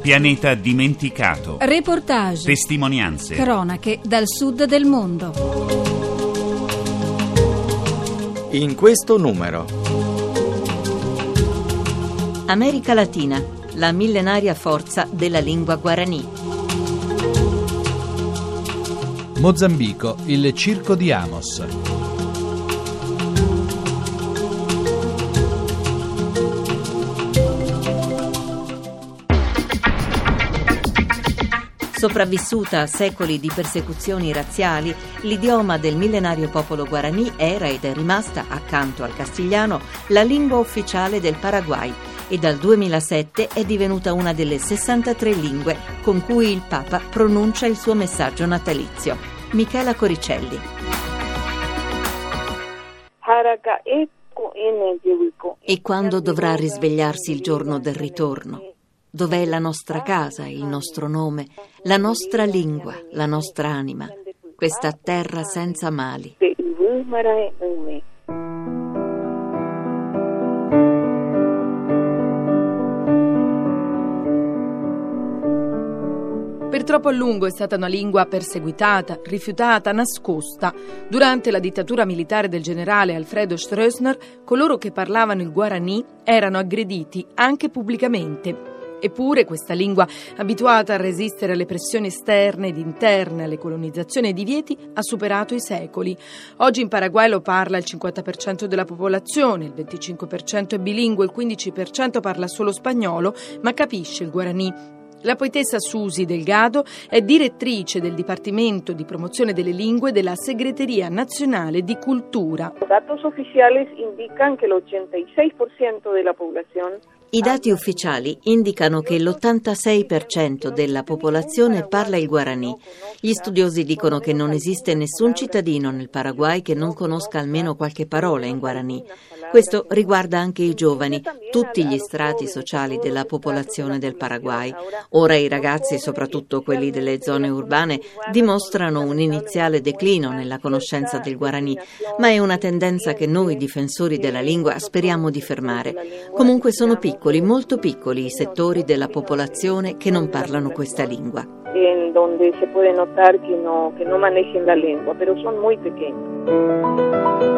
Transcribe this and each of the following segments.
Pianeta dimenticato. Reportage. Testimonianze. Cronache dal sud del mondo. In questo numero. America Latina, la millenaria forza della lingua guaraní. Mozambico, il circo di Amos. Sopravvissuta a secoli di persecuzioni razziali, l'idioma del millenario popolo guaraní era ed è rimasta, accanto al castigliano, la lingua ufficiale del Paraguay e dal 2007 è divenuta una delle 63 lingue con cui il Papa pronuncia il suo messaggio natalizio. Michela Coricelli. E quando dovrà risvegliarsi il giorno del ritorno? Dov'è la nostra casa, il nostro nome, la nostra lingua, la nostra anima, questa terra senza mali? Per troppo a lungo è stata una lingua perseguitata, rifiutata, nascosta. Durante la dittatura militare del generale Alfredo Stroessner, coloro che parlavano il guaraní erano aggrediti anche pubblicamente. Eppure questa lingua, abituata a resistere alle pressioni esterne ed interne, alle colonizzazioni e ai divieti, ha superato i secoli. Oggi in Paraguay lo parla il 50% della popolazione, il 25% è bilingue, il 15% parla solo spagnolo, ma capisce il guaraní. La poetessa Susi Delgado è direttrice del Dipartimento di Promozione delle Lingue della Segreteria Nazionale di Cultura. I dati ufficiali indicano che l'86% della popolazione parla il guaraní. Gli studiosi dicono che non esiste nessun cittadino nel Paraguay che non conosca almeno qualche parola in guaraní. Questo riguarda anche i giovani, tutti gli strati sociali della popolazione del Paraguay. Ora i ragazzi, soprattutto quelli delle zone urbane, dimostrano un iniziale declino nella conoscenza del guaraní, ma è una tendenza che noi, difensori della lingua, speriamo di fermare. Comunque sono piccoli, molto piccoli i settori della popolazione che non parlano questa lingua. En donde se puede notar que no manejen la lengua, pero son muy pequeños.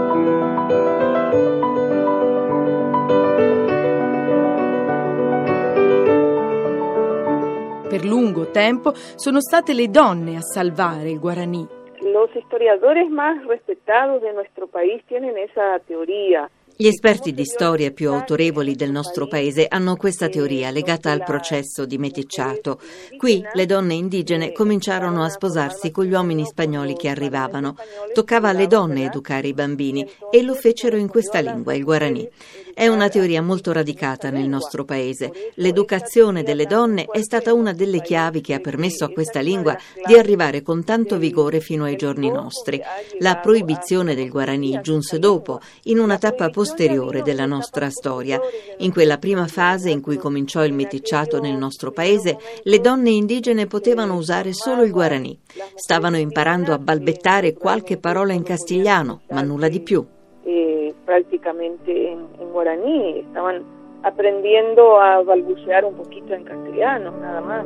Per lungo tempo sono state le donne a salvare il guaraní. Los historiadores más respetados de nuestro país tienen esa teoría. Gli esperti di storia più autorevoli del nostro paese hanno questa teoria legata al processo di meticciato. Qui le donne indigene cominciarono a sposarsi con gli uomini spagnoli che arrivavano. Toccava alle donne educare i bambini e lo fecero in questa lingua, il guaraní. È una teoria molto radicata nel nostro paese. L'educazione delle donne è stata una delle chiavi che ha permesso a questa lingua di arrivare con tanto vigore fino ai giorni nostri. La proibizione del guaraní giunse dopo, in una tappa posteriore della nostra storia. In quella prima fase in cui cominciò il meticciato nel nostro paese, le donne indigene potevano usare solo il guaraní. Stavano imparando a balbettare qualche parola in castigliano, ma nulla di più. Prácticamente en guaraní, estaban aprendiendo a balbucear un poquito en castellano, nada más.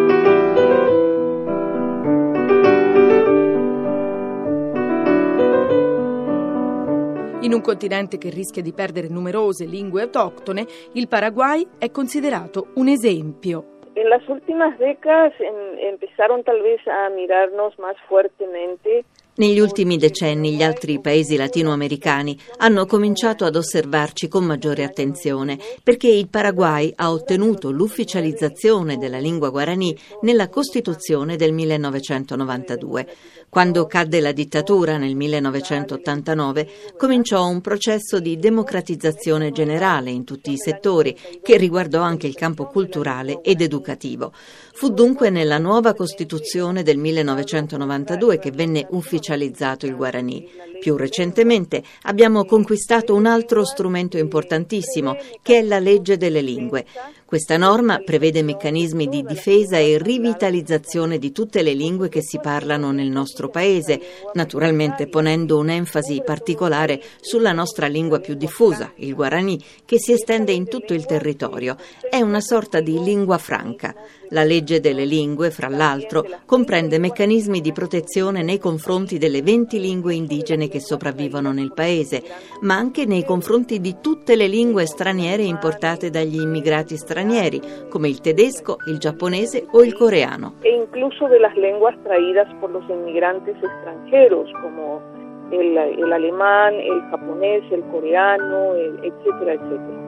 In un continente che rischia di perdere numerose lingue autoctone, il Paraguay è considerato un esempio. En las últimas décadas empezaron tal vez a mirarnos más fuertemente. Negli ultimi decenni gli altri paesi latinoamericani hanno cominciato ad osservarci con maggiore attenzione perché il Paraguay ha ottenuto l'ufficializzazione della lingua guaraní nella Costituzione del 1992. Quando cadde la dittatura nel 1989 cominciò un processo di democratizzazione generale in tutti i settori che riguardò anche il campo culturale ed educativo. Fu dunque nella nuova Costituzione del 1992 che venne ufficializzato il guaraní. Più recentemente abbiamo conquistato un altro strumento importantissimo, che è la legge delle lingue. Questa norma prevede meccanismi di difesa e rivitalizzazione di tutte le lingue che si parlano nel nostro paese, naturalmente ponendo un'enfasi particolare sulla nostra lingua più diffusa, il Guarani, che si estende in tutto il territorio. È una sorta di lingua franca. La legge delle lingue, fra l'altro, comprende meccanismi di protezione nei confronti delle 20 lingue indigene che sopravvivono nel paese, ma anche nei confronti di tutte le lingue straniere importate dagli immigrati stranieri, come il tedesco, il giapponese o il coreano. E incluso de las lenguas traídas por los inmigrantes extranjeros, como el alemán, el japonés, el coreano, etcétera, etcétera.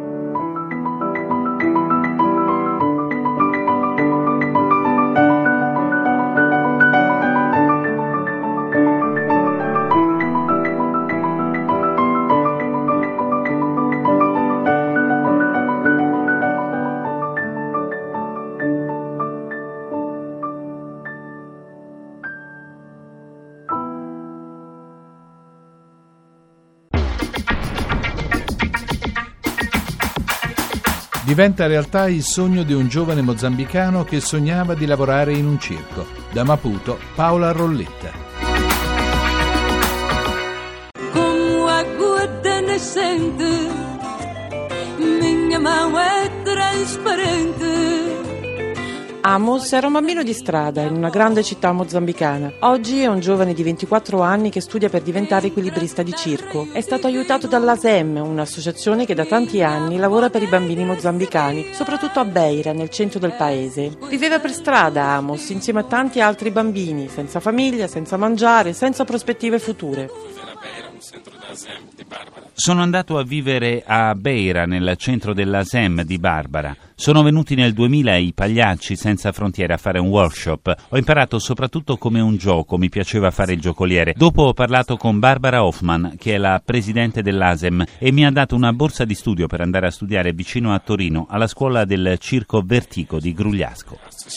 Diventa realtà il sogno di un giovane mozambicano che sognava di lavorare in un circo. Da Maputo, Paola Rolletta. Como água da nascente, minha mão é trasparente. Amos era un bambino di strada in una grande città mozambicana. Oggi è un giovane di 24 anni che studia per diventare equilibrista di circo. È stato aiutato dall'ASEM, un'associazione che da tanti anni lavora per i bambini mozambicani, soprattutto a Beira, nel centro del paese. Viveva per strada Amos, insieme a tanti altri bambini, senza famiglia, senza mangiare, senza prospettive future. Sono andato a vivere a Beira, nel centro dell'ASEM di Barbara. Sono venuti nel 2000 i Pagliacci Senza Frontiere a fare un workshop. Ho imparato soprattutto come un gioco, mi piaceva fare il giocoliere. Dopo ho parlato con Barbara Hoffman, che è la presidente dell'ASEM, e mi ha dato una borsa di studio per andare a studiare vicino a Torino, alla scuola del Circo Vertico di Grugliasco.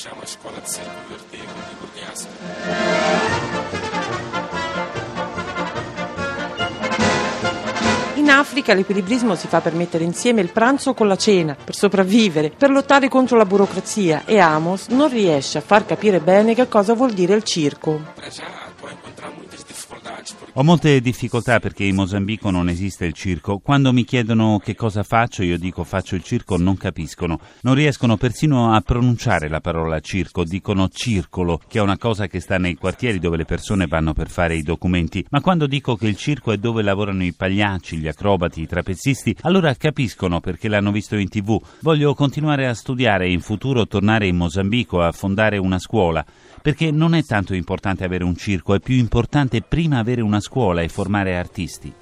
In Africa l'equilibrismo si fa per mettere insieme il pranzo con la cena, per sopravvivere, per lottare contro la burocrazia, e Amos non riesce a far capire bene che cosa vuol dire il circo. Ho molte difficoltà perché in Mozambico non esiste il circo. Quando mi chiedono che cosa faccio, io dico faccio il circo, non capiscono. Non riescono persino a pronunciare la parola circo, dicono circolo, che è una cosa che sta nei quartieri dove le persone vanno per fare i documenti. Ma quando dico che il circo è dove lavorano i pagliacci, gli acrobati, i trapezzisti, allora capiscono perché l'hanno visto in TV. Voglio continuare a studiare e in futuro tornare in Mozambico a fondare una scuola, perché non è tanto importante avere un circo, è più importante prima avere una scuola e formare artisti.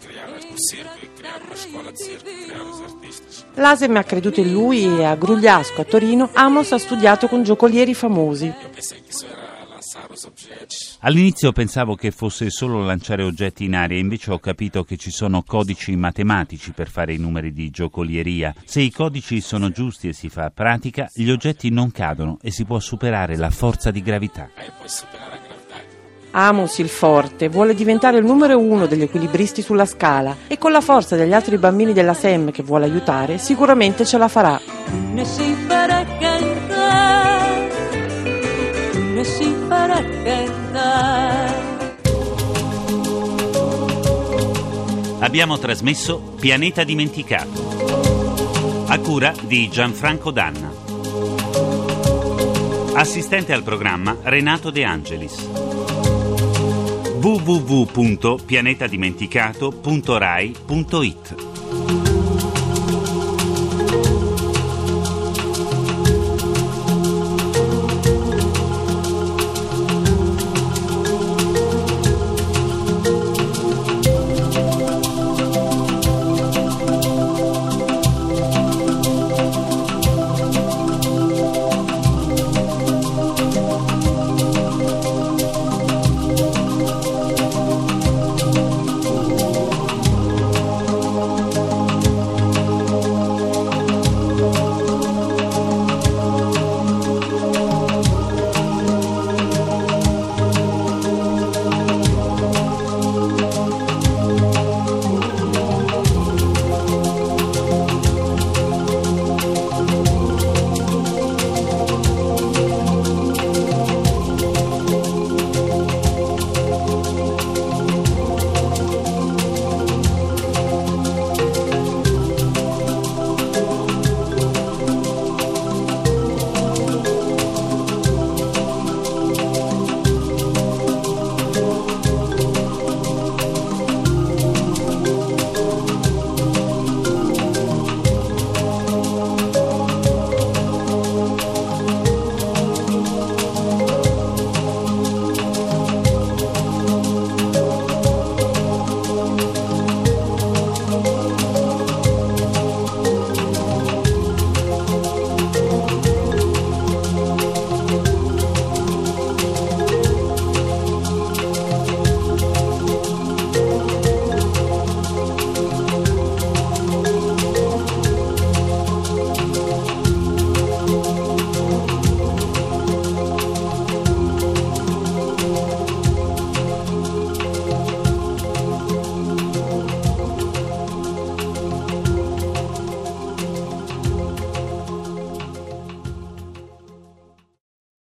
L'ASEM ha creduto in lui e a Grugliasco, a Torino, Amos ha studiato con giocolieri famosi. All'inizio pensavo che fosse solo lanciare oggetti in aria, invece ho capito che ci sono codici matematici per fare i numeri di giocolieria. Se i codici sono giusti e si fa pratica, gli oggetti non cadono e si può superare la forza di gravità. Amos, il forte, vuole diventare il numero 1 degli equilibristi sulla scala e con la forza degli altri bambini della SEM che vuole aiutare, sicuramente ce la farà. Abbiamo trasmesso Pianeta Dimenticato, a cura di Gianfranco Danna. Assistente al programma Renato De Angelis. www.pianetadimenticato.rai.it